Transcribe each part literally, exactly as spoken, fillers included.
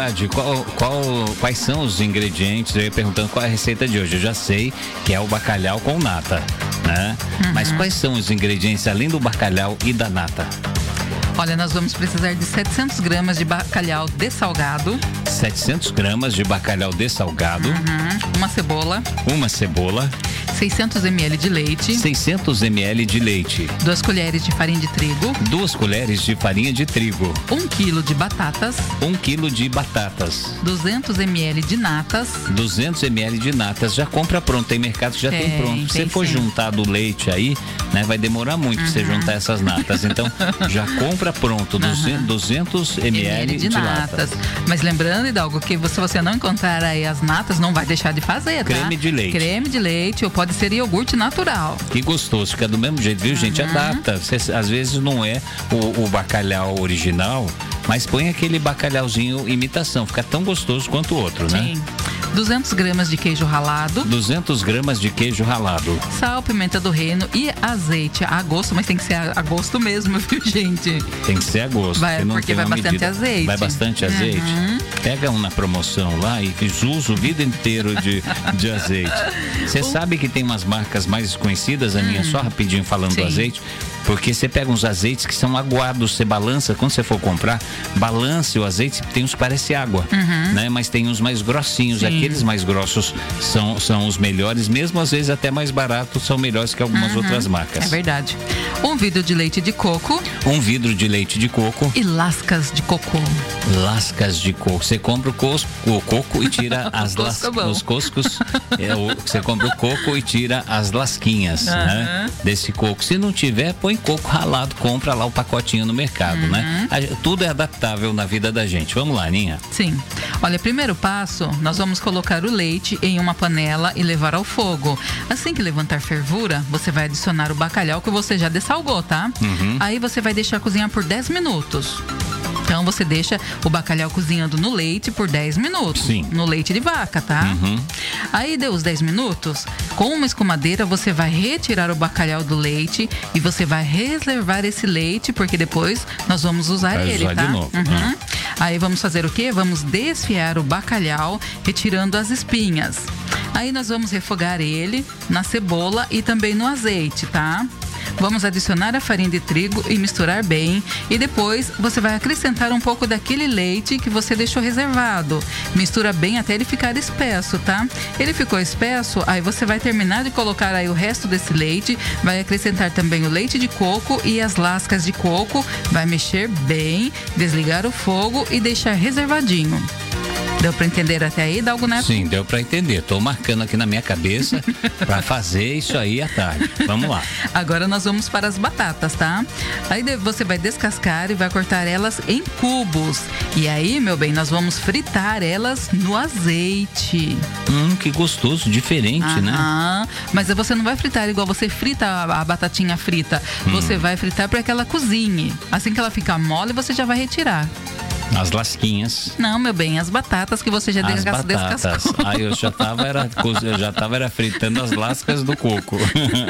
verdade. Qual, qual, quais são os ingredientes? Eu ia perguntando qual é a receita de hoje. Eu já sei que é o bacalhau com nata, né? Uhum. Mas quais são os ingredientes além do bacalhau e da nata? Olha, nós vamos precisar de setecentos gramas de bacalhau dessalgado. setecentos gramas de bacalhau dessalgado. Uhum. Uma cebola. Uma cebola. seiscentos mililitros de leite. seiscentos mililitros de leite. Duas colheres de farinha de trigo. Duas colheres de farinha de trigo. Um quilo de batatas. Um quilo de batatas. duzentos mililitros de natas. duzentos mililitros de natas. Já compra pronto. Tem mercado que já tem, tem pronto. Se você for sim. juntar do leite aí, né, vai demorar muito uhum. pra você juntar essas natas. Então, já compra pronto. Uhum. duzentos mililitros de, de natas. natas. Mas lembrando, Hidalgo, que se você não encontrar aí as natas, não vai deixar de fazer, tá? Creme de leite. Creme de leite ou pode ser iogurte natural. Que gostoso, fica do mesmo jeito, viu, uhum. gente? Adapta. Cê, às vezes não é o, o bacalhau original, mas põe aquele bacalhauzinho imitação. Fica tão gostoso quanto o outro, né? Sim. duzentos gramas de queijo ralado. duzentos gramas de queijo ralado. Sal, pimenta do reino e azeite a gosto, mas tem que ser a, a gosto mesmo, viu, gente? Tem que ser a gosto. Vai, porque vai bastante medida. azeite. Vai bastante azeite. Uhum. Pega um na promoção lá e usa o vida inteiro de, de azeite. Você um... sabe que tem umas marcas mais desconhecidas, Aninha, uhum. só rapidinho falando Sim. do azeite. Porque você pega uns azeites que são aguados, você balança, quando você for comprar, balance o azeite, tem uns que parece água, uhum. né? Mas tem uns mais grossinhos, Sim. aqueles mais grossos são, são os melhores, mesmo às vezes até mais baratos, são melhores que algumas uhum. outras marcas. É verdade. Um vidro de leite de coco. Um vidro de leite de coco. E lascas de coco. Lascas de coco. Você compra o, cosco, o coco e tira as lascas. Os coscos. É o, você compra o coco e tira as lasquinhas, uhum. né? Desse coco. Se não tiver, põe coco ralado, compra lá o pacotinho no mercado, uhum. né? Tudo é adaptável na vida da gente. Vamos lá, Aninha. Sim. Olha, primeiro passo, nós vamos colocar o leite em uma panela e levar ao fogo. Assim que levantar fervura, você vai adicionar o bacalhau que você já dessalgou, tá? Uhum. Aí você vai deixar cozinhar por dez minutos. Então você deixa o bacalhau cozinhando no leite por dez minutos. Sim. No leite de vaca, tá? Uhum. Aí deu os dez minutos, com uma escumadeira você vai retirar o bacalhau do leite e você vai reservar esse leite, porque depois nós vamos usar vai ele, usar tá? De novo. Uhum. Uhum. Aí vamos fazer o quê? Vamos desfiar o bacalhau, retirando as espinhas. Aí nós vamos refogar ele na cebola e também no azeite, tá? Vamos adicionar a farinha de trigo e misturar bem. E depois você vai acrescentar um pouco daquele leite que você deixou reservado. Mistura bem até ele ficar espesso, tá? Ele ficou espesso, aí você vai terminar de colocar aí o resto desse leite. Vai acrescentar também o leite de coco e as lascas de coco. Vai mexer bem, desligar o fogo e deixar reservadinho. Deu pra entender até aí, Dalgo Neto? Sim, deu pra entender. Tô marcando aqui na minha cabeça pra fazer isso aí à tarde. Vamos lá. Agora nós vamos para as batatas, tá? Aí você vai descascar e vai cortar elas em cubos. E aí, meu bem, nós vamos fritar elas no azeite. Hum, que gostoso, diferente, Aham. né? Mas você não vai fritar igual você frita a, a batatinha frita. Hum. Você vai fritar para que ela cozinhe. Assim que ela ficar mole, você já vai retirar. As lasquinhas. Não, meu bem, as batatas que você já as descascou. batatas. Aí eu já tava era, eu já tava era fritando as lascas do coco.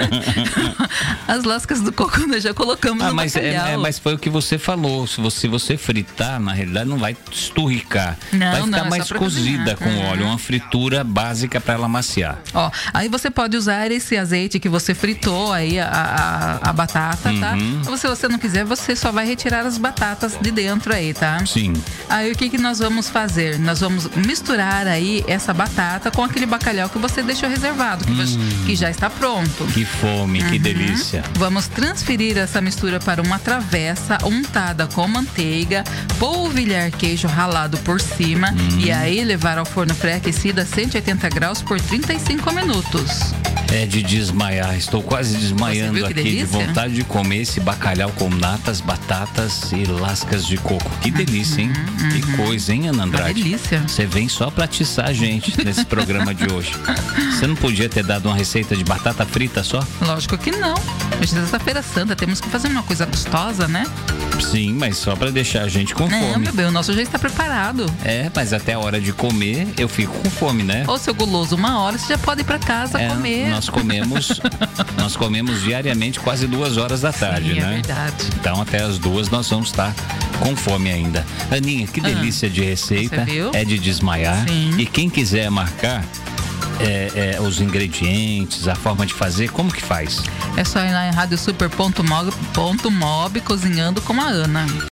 As lascas do coco nós já colocamos ah, no mas bacalhau. É, é, mas foi o que você falou. Se você, se você fritar, na realidade não vai esturricar. Não, vai ficar não, mais é cozida com uhum. óleo. Uma fritura básica para ela maciar. Ó, aí você pode usar esse azeite que você fritou aí a, a, a batata, uhum. tá? Ou se você não quiser, você só vai retirar as batatas de dentro aí, tá? Sim. Aí o que que nós vamos fazer? Nós vamos misturar aí essa batata com aquele bacalhau que você deixou reservado, que, hum, que já está pronto. Que fome, uhum. que delícia. Vamos transferir essa mistura para uma travessa untada com manteiga, polvilhar queijo ralado por cima hum. e aí levar ao forno pré-aquecido a cento e oitenta graus por trinta e cinco minutos. É de desmaiar, estou quase desmaiando aqui delícia? de vontade de comer esse bacalhau com natas, batatas e lascas de coco. Que delícia, hein? Uhum. Que coisa, hein, Ana Andrade? Uma delícia. Você vem só pra atiçar a gente nesse programa de hoje. Você não podia ter dado uma receita de batata frita só? Lógico que não. Hoje é sexta-feira santa, temos que fazer uma coisa gostosa, né? Sim, mas só pra deixar a gente com não, fome. Meu bem, o nosso já está preparado. É, mas até a hora de comer eu fico com fome, né? Ô, seu guloso, uma hora você já pode ir pra casa é, comer. nós comemos, nós comemos diariamente quase duas horas da tarde, Sim, né? É verdade. Então até as duas nós vamos estar com fome ainda. Aninha, que delícia ah, de receita. É de desmaiar. Sim. E quem quiser marcar é, é, os ingredientes, a forma de fazer, como que faz? É só ir lá em radiosuper ponto mob, cozinhando com a Ana.